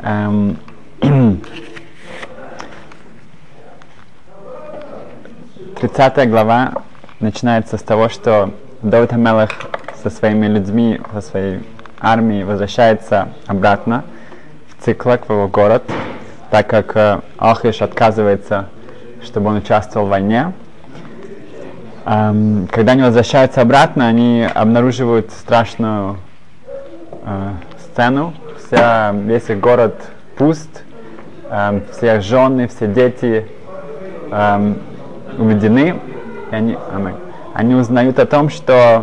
Тридцатая глава начинается с того, что Давид ха-Мелех со своими людьми, со своей армией возвращается обратно в Циклаг, в его город, так как Ахиш отказывается, чтобы он участвовал в войне. Когда они возвращаются обратно, они обнаруживают страшную сцену. Весь их город пуст, все жены, все дети уведены. И они узнают о том, что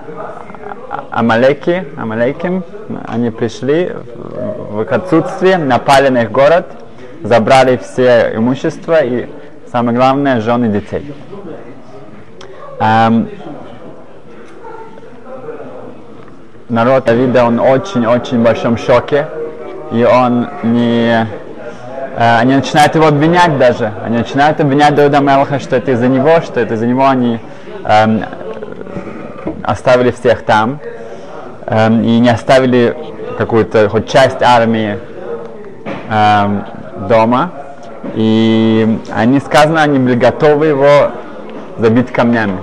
Амалеким, они пришли в их отсутствие, напали на их город, забрали все имущество и, самое главное, жены и детей. Народ Давида, он очень-очень в большом шоке, и они начинают его обвинять даже. Они начинают обвинять Давида ха-Мелеха, что это из-за него они оставили всех там, и не оставили какую-то хоть часть армии дома. И они были готовы его забить камнями.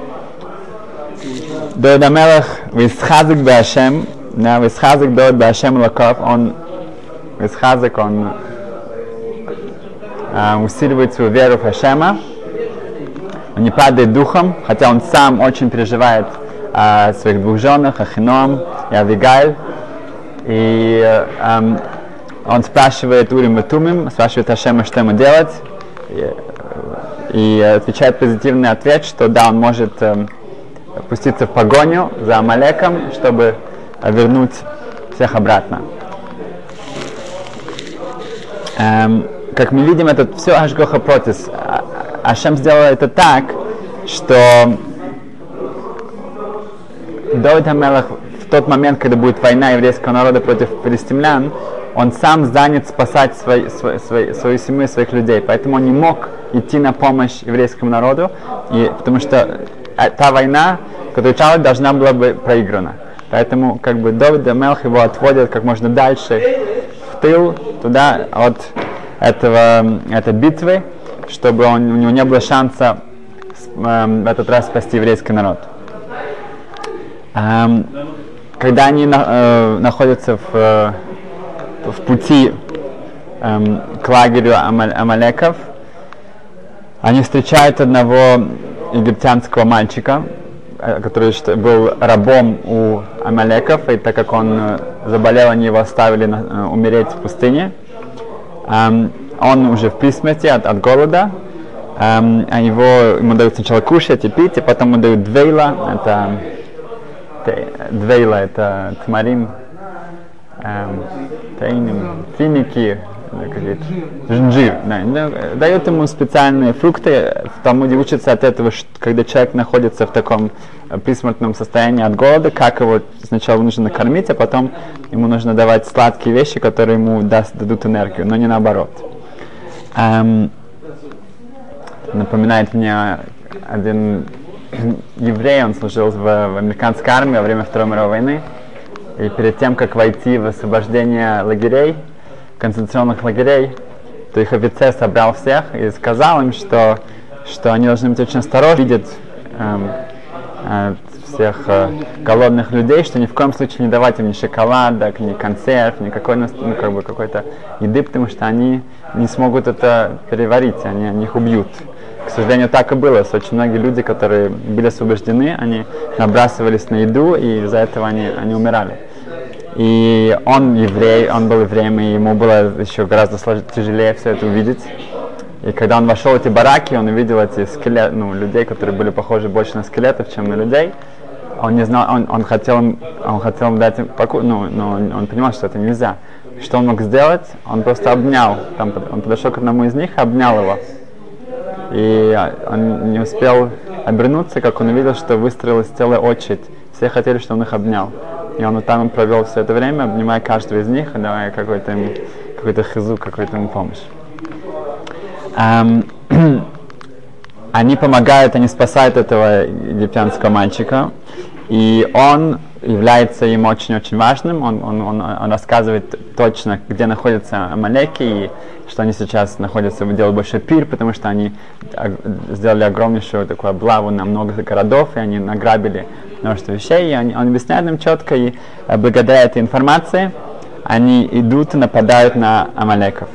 Давид ха-Мелех висхазик б'Ашем, висхазик Давид б'Ашем лаков, он усиливает свою веру в Хашема, он не падает духом, хотя он сам очень переживает о своих двух женах, Ахином и Авигайль. И он спрашивает Урим и Тумим, спрашивает Хашема, что ему делать, и отвечает позитивный ответ, что да, он может пуститься в погоню за Амалеком, чтобы вернуть всех обратно. Как мы видим, это все Ашгоха Протис. Ашем сделал это так, что Давид ха-Мелех в тот момент, когда будет война еврейского народа против филистимлян, он сам занят спасать свою семью и своих людей. Поэтому он не мог идти на помощь еврейскому народу, потому что та война, которую началась, должна была быть проиграна. Поэтому Давид ха-Мелех его отводит как можно дальше в тыл, туда от этой битвы, чтобы у него не было шанса в этот раз спасти еврейский народ. Когда они находятся в пути к лагерю Амалеков, они встречают одного египтянского мальчика, который был рабом у Амалеков, и так как он заболел, они его оставили умереть в пустыне. Он уже в присмерти от голода, ему дают сначала кушать и пить, и потом ему дают двейла, это тмарим, финики, жинджир. Дают ему специальные фрукты. В Талмуде учатся от этого, что когда человек находится в таком присмертном состоянии от голода, как его сначала нужно накормить, а потом ему нужно давать сладкие вещи, которые ему дадут энергию, но не наоборот. Напоминает мне один еврей, он служил в американской армии во время Второй мировой войны, и перед тем, как войти в освобождение лагерей, концентрационных лагерей, то их офицер собрал всех и сказал им, что они должны быть очень осторожны, видят всех голодных людей, что ни в коем случае не давать им ни шоколадок, ни консерв, ни какой-то еды, потому что они не смогут это переварить, они их убьют. К сожалению, так и было. Очень многие люди, которые были освобождены, они набрасывались на еду, и из-за этого они умирали. И он еврей, он был евреем, и ему было еще гораздо тяжелее все это увидеть. И когда он вошел в эти бараки, он увидел эти людей, которые были похожи больше на скелетов, чем на людей. Он не знал, он хотел им дать покой, но он понимал, что это нельзя. Что он мог сделать? Он просто обнял. Он подошел к одному из них и обнял его. И он не успел обернуться, как он увидел, что выстроилась целая очередь. Все хотели, чтобы он их обнял. И он там провел все это время, обнимая каждого из них, давая какой-то хизук, какую-то ему помощь. Они помогают, они спасают этого египтянского мальчика. И он является им очень-очень важным. Он рассказывает точно, где находятся Амалеки, и что они сейчас находятся, делают большой пир, потому что они сделали огромнейшую такую облаву на много городов, и они награбили множество вещей, и он объясняет им четко, и благодаря этой информации они идут и нападают на Амалеков.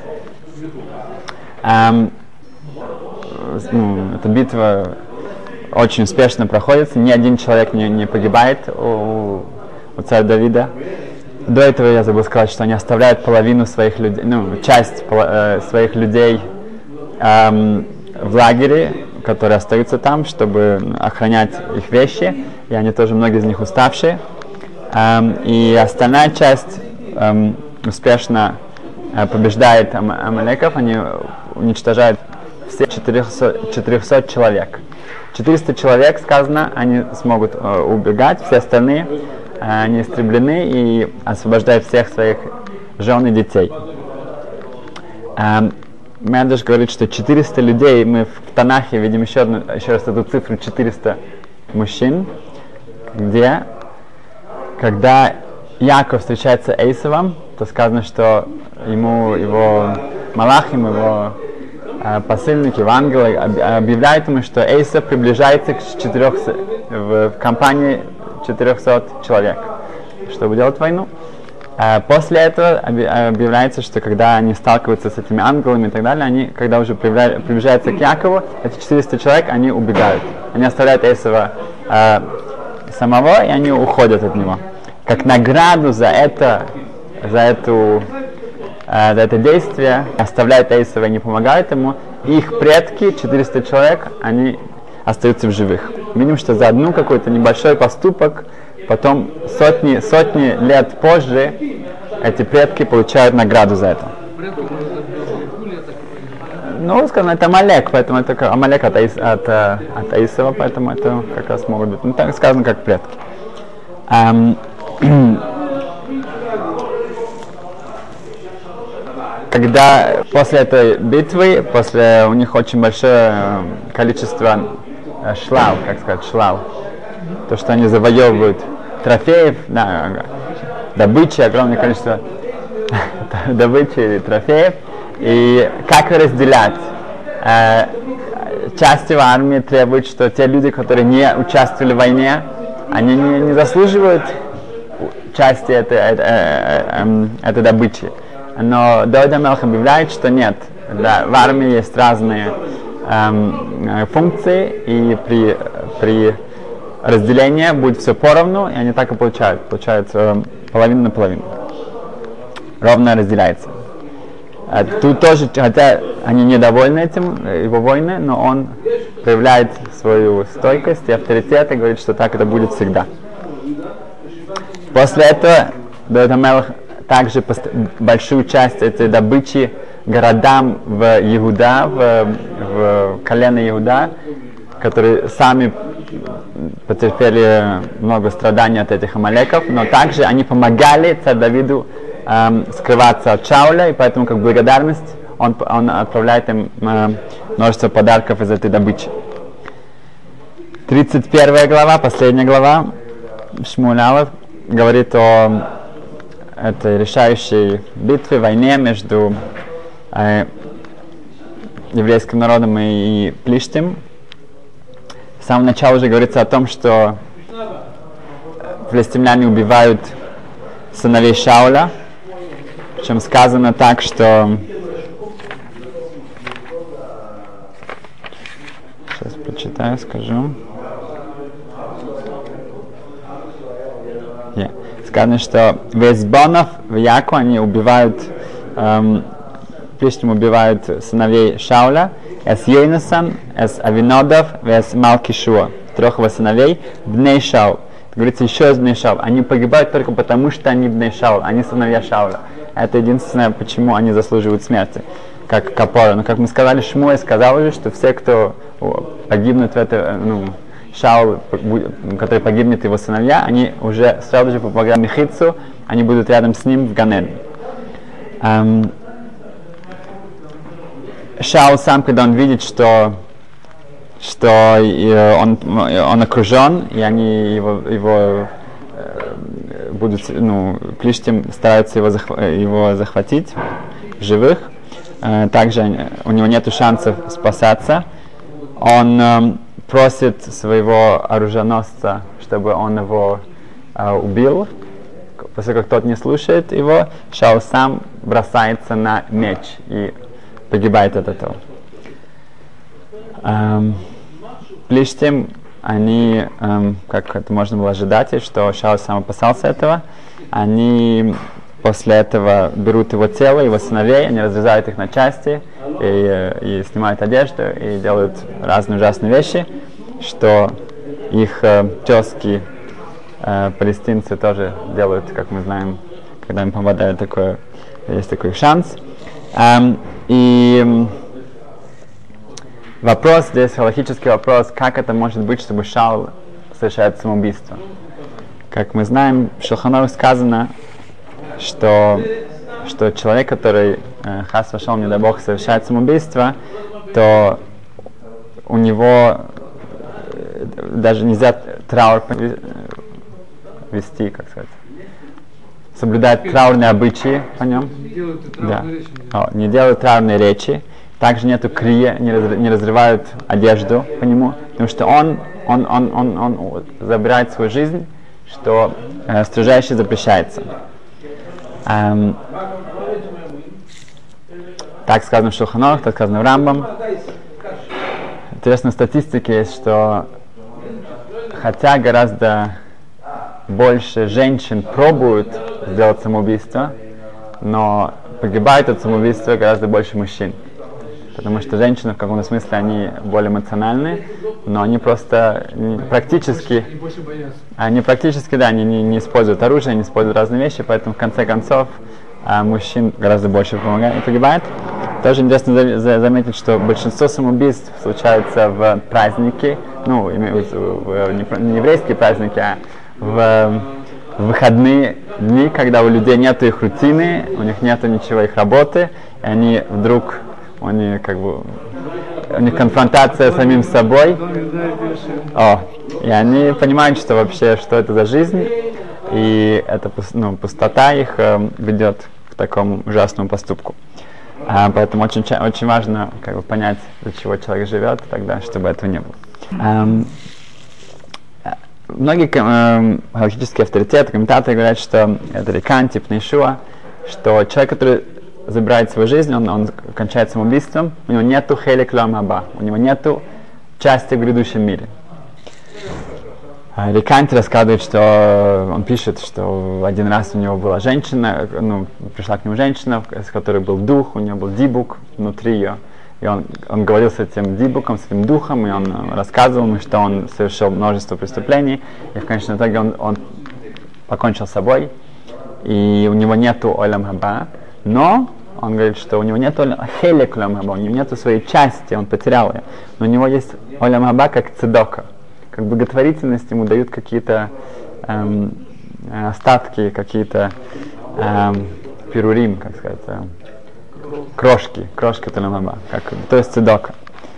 Эта битва очень успешно проходится, ни один человек не погибает у царя Давида. До этого я забыл сказать, что они оставляют половину своих людей, часть своих людей в лагере, которые остаются там, чтобы охранять их вещи, и они тоже, многие из них уставшие. И остальная часть успешно побеждает Амалеков, они уничтожают все 400 человек. 400 человек, сказано, они смогут убегать, все остальные они истреблены и освобождают всех своих жен и детей. Медраш говорит, что 400 людей, мы в Танахе видим еще раз эту цифру 400 мужчин, где, когда Яков встречается с Эйсовом, то сказано, что его малахим, его посыльники, ангелы объявляют ему, что Эйсов приближается в компании 400 человек, чтобы делать войну. После этого объявляется, что когда они сталкиваются с этими ангелами и так далее, они, когда уже приближаются к Якову, эти 400 человек, они убегают. Они оставляют Эйсова самого, и они уходят от него. Как награду за это действие, оставляют Эйсова и не помогают ему, их предки, 400 человек, они остаются в живых. Видим, что за одну какой-то небольшой поступок, потом сотни лет позже, эти предки получают награду за это. Сказано, это Амалек, поэтому это Амалек от Эйсова, поэтому это как раз могут быть. Так сказано, как предки. Когда после этой битвы, у них очень большое количество шлав, то, что они завоевывают трофеев, добычи, огромное количество добычи или трофеев, и как разделять? Части в армии требуют, что те люди, которые не участвовали в войне, они не заслуживают части этой добычи. Но Давид ха-Мелех объявляет, что нет, в армии есть разные функции, и при разделении будет все поровну, и они так и получают половину на половину. Ровно разделяется. Тут тоже, хотя они недовольны этим, его войны, но он проявляет свою стойкость и авторитет и говорит, что так это будет всегда. После этого Давид ха-Мелех также большую часть этой добычи городам в Иуда, в колено Иуда, которые сами потерпели много страданий от этих амалеков, но также они помогали царю Давиду скрываться от Шауля, и поэтому как благодарность он отправляет им множество подарков из этой добычи. 31 глава, последняя глава Шмуэля говорит о этой решающей битве, войне между еврейским народом и Плиштим. С самого начала уже говорится о том, что филистимляне убивают сыновей Шауля, причем сказано так, что... Сейчас прочитаю, скажу. Сказано, что в Эсбонов, в Яку они убивают, Плиштим убивают сыновей Шауля, эс Йойнасан, эс Авинодов, эс Малкишуа, 3 его сыновей, Бней Шаул. Говорится, еще из Бней Шаул. Они погибают только потому, что они Бней Шаул, они сыновья Шауля. Это единственное, почему они заслуживают смерти, как капора. Но, как мы сказали, Шмуэль сказал уже, что все, кто погибнут в это, Шаул, который погибнет, его сыновья, они уже сразу же попадают в Мехицу, они будут рядом с ним в Ганен. Шаул сам, когда он видит, что он окружен, и они его будут, Плиштим стараются его захватить живых. Также у него нет шансов спасаться. Он просит своего оруженосца, чтобы он его убил. После как тот не слушает его, Шаул сам бросается на меч и погибает от этого. Плиштим, они, как это можно было ожидать, что Шаул сам опасался этого, они после этого берут его тело, его сыновей, они разрезают их на части и снимают одежду и делают разные ужасные вещи, что их тезки палестинцы тоже делают, как мы знаем, когда им попадает есть такой шанс. И вопрос здесь, галахический вопрос, как это может быть, чтобы Шаул совершает самоубийство. Как мы знаем, в Шулхан Арух сказано, что человек, который хас вошел, не дай Бог, совершает самоубийство, то у него даже нельзя траур вести, как сказать, соблюдать траурные обычаи по нем. Не делают траурные речи. Также нету крия, не разрывают одежду по нему, потому что он забирает свою жизнь, что строжайше запрещается. Так сказано в Шулхан Арух, так сказано в Рамбам. Интересная статистика есть, что хотя гораздо больше женщин пробуют сделать самоубийство, но погибает от самоубийства гораздо больше мужчин. Потому что женщины в каком-то смысле они более эмоциональны, но они просто практически не используют оружие, не используют разные вещи, поэтому в конце концов мужчин гораздо больше погибает. Тоже интересно заметить, что большинство самоубийств случаются в праздники, не еврейские праздники, а в выходные дни, когда у людей нет их рутины, у них нет ничего их работы, и они вдруг, у них конфронтация с самим собой, и они понимают, что вообще, что это за жизнь, и эта пустота их ведет к такому ужасному поступку. Поэтому очень важно понять, для чего человек живет, тогда, чтобы этого не было. Многие галахические авторитеты, комментаторы говорят, что это рекан, тип Ишуа, что человек, который забирает свою жизнь, он кончает самоубийством, у него нету хелек лоам хаба, у него нету части в грядущем мире. Реканти рассказывает, что он пишет, что один раз у него была женщина, пришла к нему женщина, с которой был дух, у нее был дибук внутри ее. И он говорил с этим дибуком, с этим духом, и он рассказывал ему, что он совершил множество преступлений, и в конечном итоге он покончил с собой, и у него нету олям хаба, но он говорит, что у него нету хелек олям хаба, у него нету своей части, он потерял ее, но у него есть олям хаба как цедока, как благотворительность, ему дают какие-то остатки, какие-то пирурим, как сказать, крошки Талямаба, то есть цедока.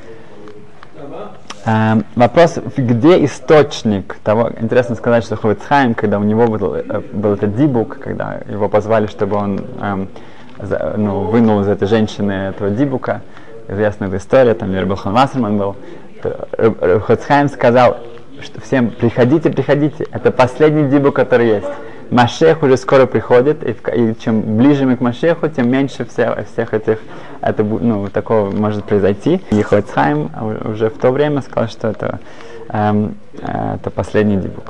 Вопрос, где источник того, интересно сказать, что Хофец Хаим, когда у него был этот дибук, когда его позвали, чтобы он вынул из этой женщины этого дибука, известная эта история, там Ребби Хан Вассерман был, Хофец Хаим сказал, что всем приходите, это последний дибук, который есть. Машех уже скоро приходит, и чем ближе мы к Машеху, тем меньше всех этих, такого может произойти. И Хофец Хаим уже в то время сказал, что это последний дибук.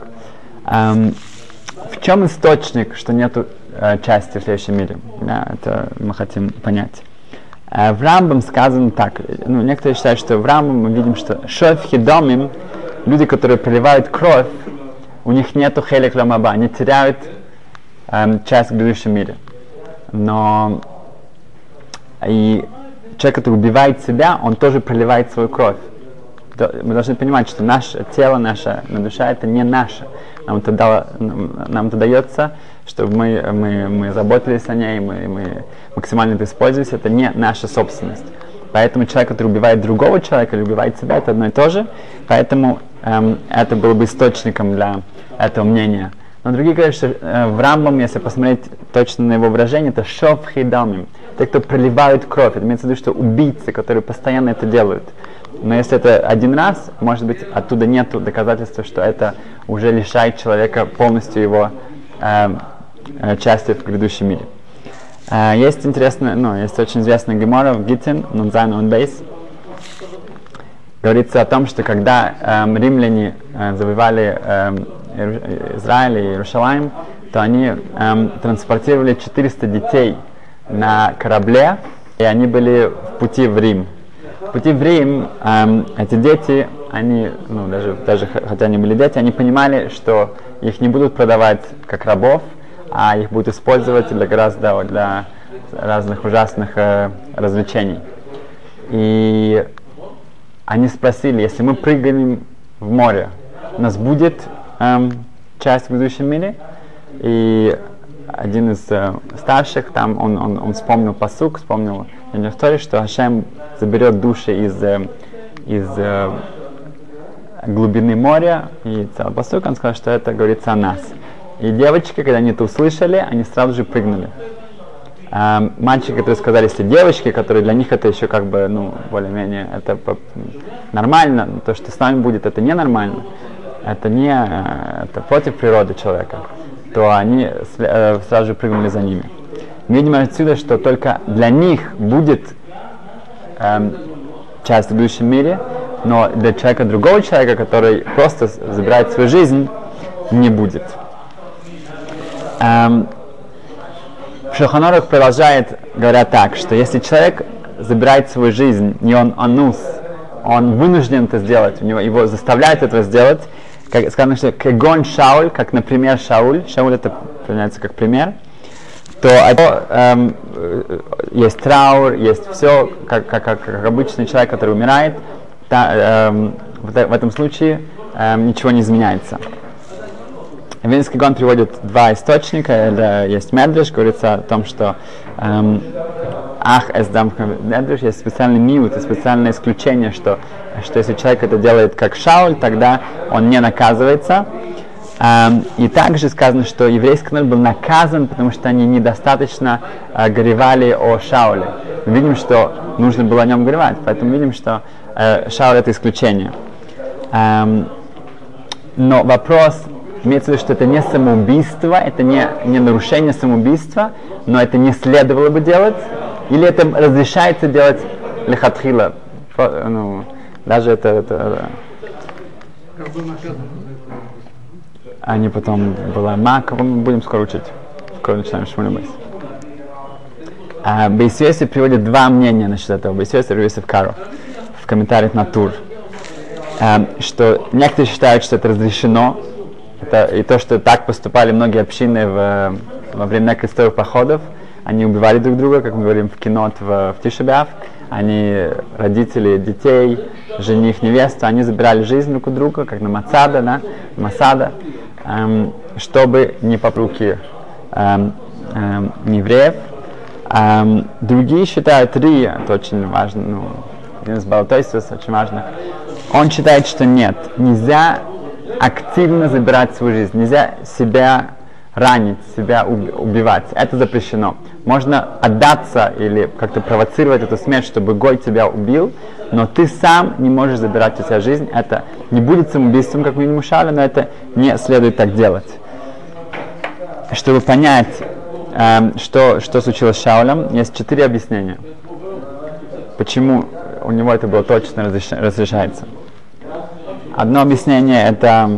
В чем источник, что нету части в следующем мире? Да, это мы хотим понять. В Рамбам сказано так, некоторые считают, что в Рамбам мы видим, что шоф хидомим, люди, которые проливают кровь, у них нету хелек ламаба, они теряют часть в грядущем мире. Но и человек, который убивает себя, он тоже проливает свою кровь. Мы должны понимать, что наше тело, наша душа, это не наше. Нам это дается, чтобы мы заботились о ней, мы максимально это использовали, это не наша собственность. Поэтому человек, который убивает другого человека или убивает себя, это одно и то же. Поэтому это было бы источником для этого мнения. Но другие говорят, что в Рамбам, если посмотреть точно на его выражение, это шов хейдамим. Те, кто проливают кровь. Это имеется в виду, что убийцы, которые постоянно это делают. Но если это один раз, может быть, оттуда нет доказательства, что это уже лишает человека полностью его части в грядущем мире. Есть интересно, есть очень известная гемора в Гитин, Нунзайн Унбейс. Говорится о том, что когда римляне завоевали Израиль и Иерусалим, то они транспортировали 400 детей на корабле, и они были в пути в Рим. В пути в Рим эти дети, они, даже хотя они были дети, они понимали, что их не будут продавать как рабов, а их будут использовать для разных ужасных развлечений. И они спросили, если мы прыгаем в море, у нас будет часть в грядущем мире? И один из старших, там он вспомнил пасук, вспомнил историю, что Ашем заберет души из глубины моря, и целый пасук, он сказал, что это говорится о нас. И девочки, когда они это услышали, они сразу же прыгнули. Мальчики, которые сказали, если девочки, которые для них это еще более-менее, это нормально, то, что с нами будет, это ненормально, это против природы человека, то они сразу же прыгнули за ними. Мы видим отсюда, что только для них будет часть в будущем мире, но для другого человека, который просто забирает свою жизнь, не будет. Шулхан Арух продолжает, говоря так, что если человек забирает свою жизнь, не он анус, он вынужден это сделать, его заставляют это сделать, как сказано, что кегон Шауль, как, например, Шауль это принимается как пример, то есть траур, есть все, как обычный человек, который умирает, в этом случае ничего не изменяется. Вильнинский Гаон приводит два источника. Есть Медреш, говорится о том, что Медреш есть специальный миут, специальное исключение, что если человек это делает как Шауль, тогда он не наказывается. И также сказано, что еврейский народ был наказан, потому что они недостаточно горевали о Шауле. Мы видим, что нужно было о нем горевать, поэтому видим, что Шауль это исключение. Но вопрос, имеется в виду, что это не самоубийство, это не нарушение самоубийства, но это не следовало бы делать, или это разрешается делать лехатхила. Даже это они потом была Мака, мы будем скоро учить. Скоро начинаем Шмуль Бейс. Бейс Йосеф приводит два мнения насчет этого. Бейс Йосеф и Йосеф Каро в комментариях на Тур. Что некоторые считают, что это разрешено, и то, что так поступали многие общины во времена крестовых походов, они убивали друг друга, как мы говорим в кинот в Тишебиав, они, родители детей, жених, невесту, они забирали жизнь друг у друга, как на Масада, чтобы не попруки евреев. Другие считают это очень важно, один из Балатойсов очень важных. Он считает, что нет, нельзя активно забирать свою жизнь, нельзя себя ранить, себя убивать. Это запрещено. Можно отдаться или как-то провоцировать эту смерть, чтобы Гой тебя убил, но ты сам не можешь забирать у себя жизнь. Это не будет самоубийством, как мы мушали, но это не следует так делать. Чтобы понять, что случилось с Шаулем, есть 4 объяснения. Почему у него это было точно разрешается. Одно объяснение это,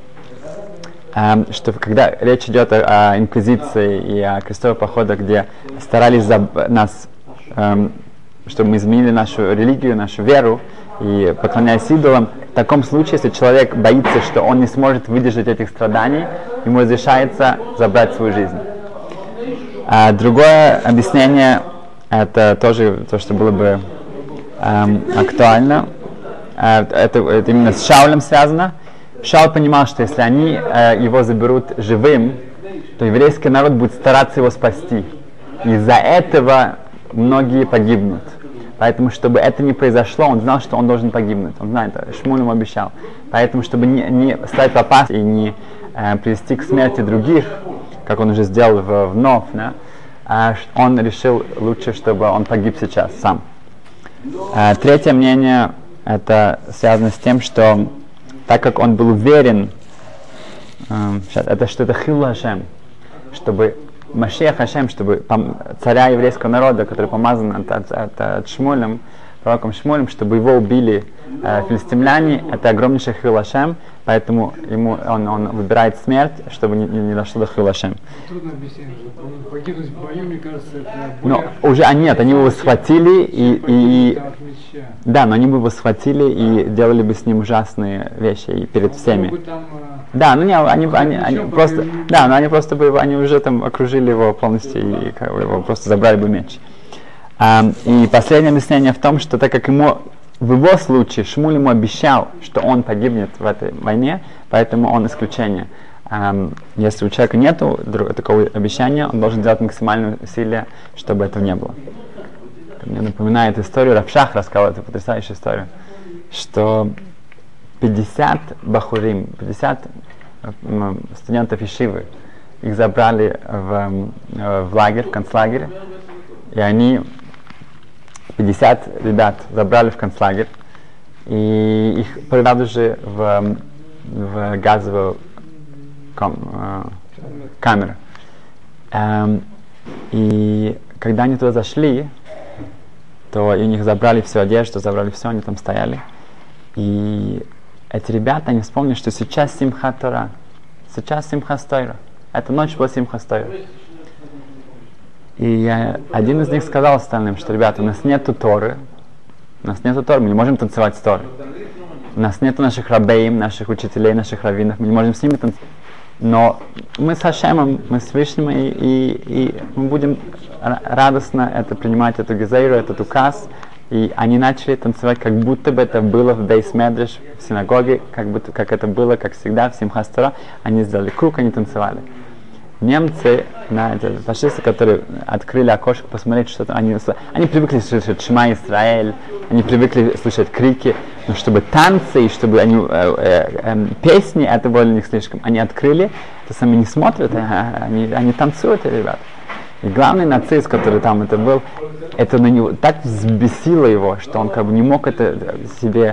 что когда речь идет о инквизиции и о крестовых походах, где старались нас, чтобы мы изменили нашу религию, нашу веру и поклоняясь идолам, в таком случае, если человек боится, что он не сможет выдержать этих страданий, ему разрешается забрать свою жизнь. Другое объяснение, это тоже то, что было бы актуально. Это именно с Шаулем связано. Шауль понимал, что если они его заберут живым, то еврейский народ будет стараться его спасти. Из-за этого многие погибнут. Поэтому, чтобы это не произошло, он знал, что он должен погибнуть. Он знает, Шмуль ему обещал. Поэтому, чтобы не стать в опасность и не привести к смерти других, как он уже сделал вновь, да, он решил лучше, чтобы он погиб сейчас сам. Третье мнение, это связано с тем, что так как он был уверен, это что-то хилл Хашем, чтобы Машиах Хашем, чтобы царя еврейского народа, который помазан от Шмулем, пророком Шмулем, чтобы его убили филистимляне, это огромнейший хилл Хашем, поэтому он выбирает смерть, чтобы не дошло до хилл Хашем. Трудно объяснить, погибнуть в бою, мне кажется, это... Но уже они его схватили да, но они бы его схватили и делали бы с ним ужасные вещи и перед всеми. Да, ну не, они просто, да, но они просто бы, они уже там окружили его полностью и его просто забрали бы меч. И последнее объяснение в том, что так как ему в его случае Шмуль ему обещал, что он погибнет в этой войне, поэтому он исключение. Если у человека нет такого обещания, он должен делать максимальные усилия, чтобы этого не было. Мне напоминает историю, Рав Шах рассказал эту потрясающую историю, что 50 бахурим, 50 студентов Ешивы, их забрали в лагерь, в концлагерь, и они, 50 ребят забрали в концлагерь, и их привели же в газовую камеру. И когда они туда зашли, то у них забрали всю одежду, забрали все, они там стояли. И эти ребята, они вспомнили, что сейчас Симхат Тора, сейчас Симхат Тора. Эта ночь была Симхат Тора. И один из них сказал остальным, что, ребята, у нас нету Торы, мы не можем танцевать с Торой. У нас нету наших рабеим, наших учителей, наших раввинов, мы не можем с ними танцевать. Но мы с Хашемом, мы с Вышним, и мы будем радостно принимать эту гезейру, этот указ. И они начали танцевать, как будто бы это было в Бейс Медреш, в синагоге, как это было, как всегда, в Симхат Тора. Они сделали круг, они танцевали. Немцы, фашисты, которые открыли окошко посмотреть, что они привыкли слышать Шма Исраэль, они привыкли слышать крики, но чтобы танцы и чтобы песни, это было для них слишком. Они открыли, то сами не смотрят, они танцуют, ребята. И главный нацист, который там это был, это на него так взбесило его, что он как бы не мог это себе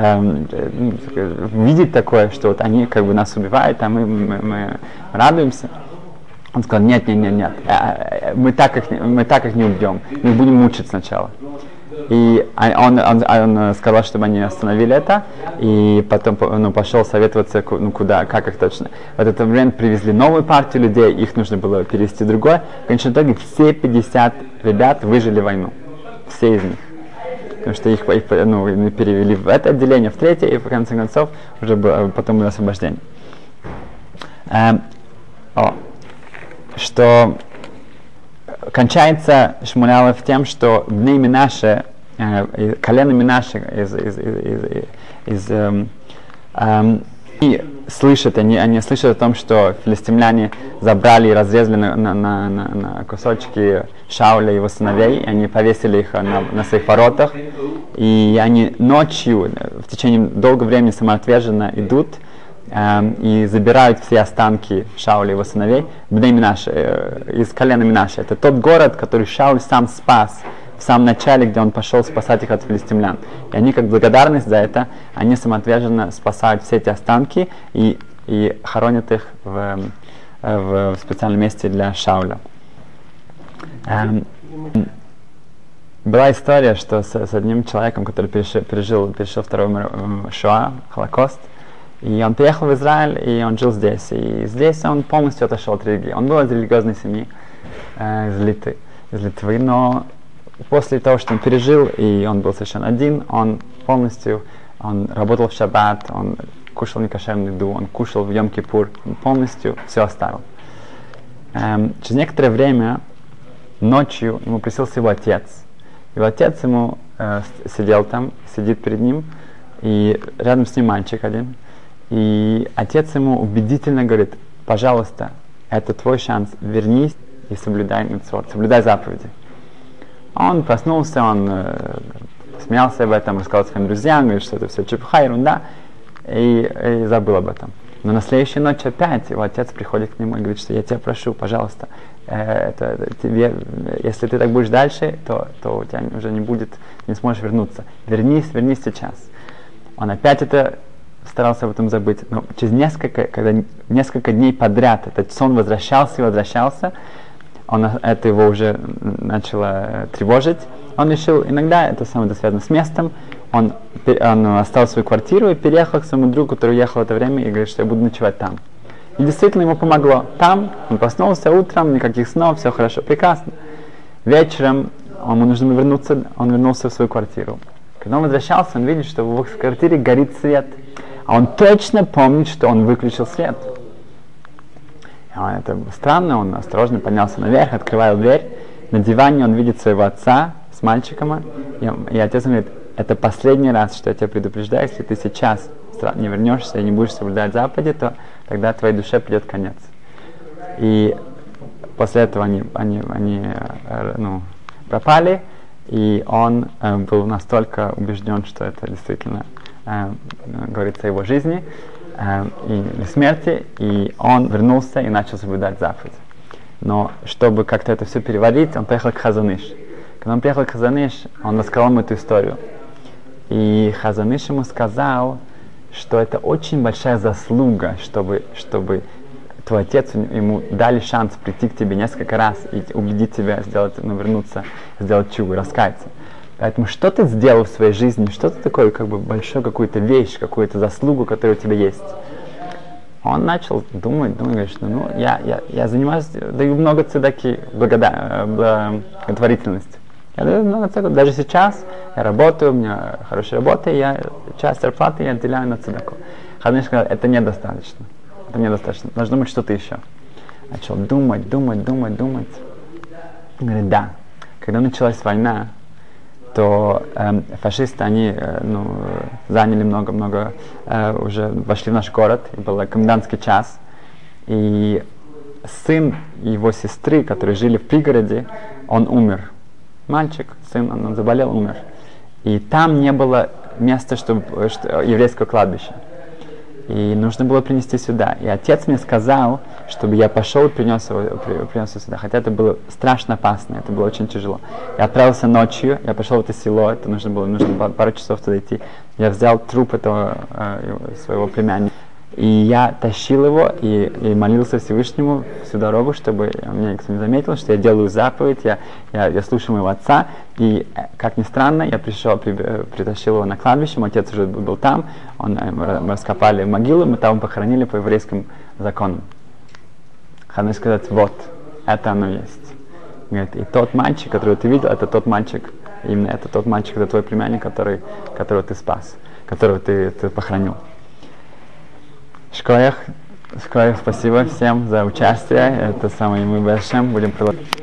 видеть такое, что вот они как бы нас убивают, а мы радуемся. Он сказал, нет, мы так их не убьем, мы будем мучить сначала. И он сказал, чтобы они остановили это, и потом пошел советоваться, куда, как их точно. В этот момент привезли новую партию людей, их нужно было перевести в другое. В конечном итоге все 50 ребят выжили войну, все из них. Потому что их перевели в это отделение, в третье, и в конце концов уже потом было освобождение. Что кончается Шмулялов тем, что Бней Минаше, колено Минаше они слышат о том, что филистимляне забрали и разрезали на кусочки Шауля и его сыновей, и они повесили их на своих воротах, и они ночью, в течение долгого времени самоотверженно идут, и забирают все останки Шауля и его сыновей, Бней Минаше, из колена Минаше. Это тот город, который Шауль сам спас в самом начале, где он пошел спасать их от филистимлян. И они, как благодарность за это, они самоотверженно спасают все эти останки и хоронят их в специальном месте для Шауля. Была история, что с одним человеком, который пережил Второй Шоа, Холокост, и он приехал в Израиль, и он жил здесь. И здесь он полностью отошел от религии. Он был из религиозной семьи, из Литвы, но после того, что он пережил, и он был совершенно один, он работал в шаббат, он кушал некошерную еду, он кушал в Йом-Кипур, он полностью все оставил. Через некоторое время, ночью, ему приснился его отец. Его отец сидит перед ним, и рядом с ним мальчик один. И отец ему убедительно говорит, пожалуйста, это твой шанс, вернись и соблюдай мицвот, соблюдай заповеди. Он проснулся, он смеялся об этом, рассказал своим друзьям, говорит, что это все чепуха, ерунда, и забыл об этом. Но на следующую ночь опять его отец приходит к нему и говорит, что я тебя прошу, пожалуйста, если ты так будешь дальше, то у тебя уже не будет, не сможешь вернуться. Вернись сейчас. Он опять старался об этом забыть, но через несколько дней подряд этот сон возвращался, это его уже начало тревожить. Он решил, иногда это связано с местом, он оставил свою квартиру и переехал к своему другу, который уехал в это время, и говорит, что я буду ночевать там. И действительно ему помогло. Там он проснулся утром, никаких снов, все хорошо, прекрасно. Вечером ему нужно вернуться, он вернулся в свою квартиру. Когда он возвращался, он видит, что в его квартире горит свет. А он точно помнит, что он выключил свет. Это странно, он осторожно поднялся наверх, открывает дверь. На диване он видит своего отца с мальчиком. И отец говорит, это последний раз, что я тебя предупреждаю, если ты сейчас не вернешься и не будешь соблюдать заповеди, то тогда твоей душе придет конец. И после этого они пропали, и он был настолько убежден, что это действительно говорится о его жизни и смерти, и он вернулся и начал соблюдать заповедь. Но чтобы как-то это все переварить, он поехал к Хазон Иш. Когда он приехал к Хазон Иш, он рассказал ему эту историю. И Хазон Иш ему сказал, что это очень большая заслуга, чтобы твой отец, ему дали шанс прийти к тебе несколько раз и убедить тебя вернуться, сделать чуву, раскаяться. Поэтому что ты сделал в своей жизни, что-то такое, большую какую-то вещь, какую-то заслугу, которая у тебя есть. Он начал думать, говорит, что я занимаюсь, даю много цедаки, благотворительности. Я даю много цедаки. Даже сейчас я работаю, у меня хорошая работа, и часть зарплаты я отделяю на цедаку. Хазон Иш сказал, это недостаточно. Должно быть что-то еще. Начал думать. Говорит, да. Когда началась война, то фашисты, они заняли много, уже вошли в наш город, и был комендантский час. И сын его сестры, которые жили в пригороде, он умер. Мальчик, сын, он заболел, умер. И там не было места, еврейского кладбища. И нужно было принести сюда. И отец мне сказал, чтобы я пошел и принес его сюда. Хотя это было страшно опасно, это было очень тяжело. Я отправился ночью, я пошел в это село, это нужно пару часов туда идти. Я взял труп этого своего племянника. И я тащил его и молился Всевышнему всю дорогу, чтобы меня никто не заметил, что я делаю заповедь, я слушаю моего отца. И, как ни странно, я притащил его на кладбище, мой отец уже был там, мы раскопали могилу, мы там похоронили по еврейским законам. Хазон Иш сказать, вот, это оно есть. Говорит, и тот мальчик, которого ты видел, это тот мальчик, именно это тот мальчик, это твой племянник, которого ты спас, которого ты похоронил. Шкоях, спасибо всем за участие. Это самое, мы большим будем прилагать.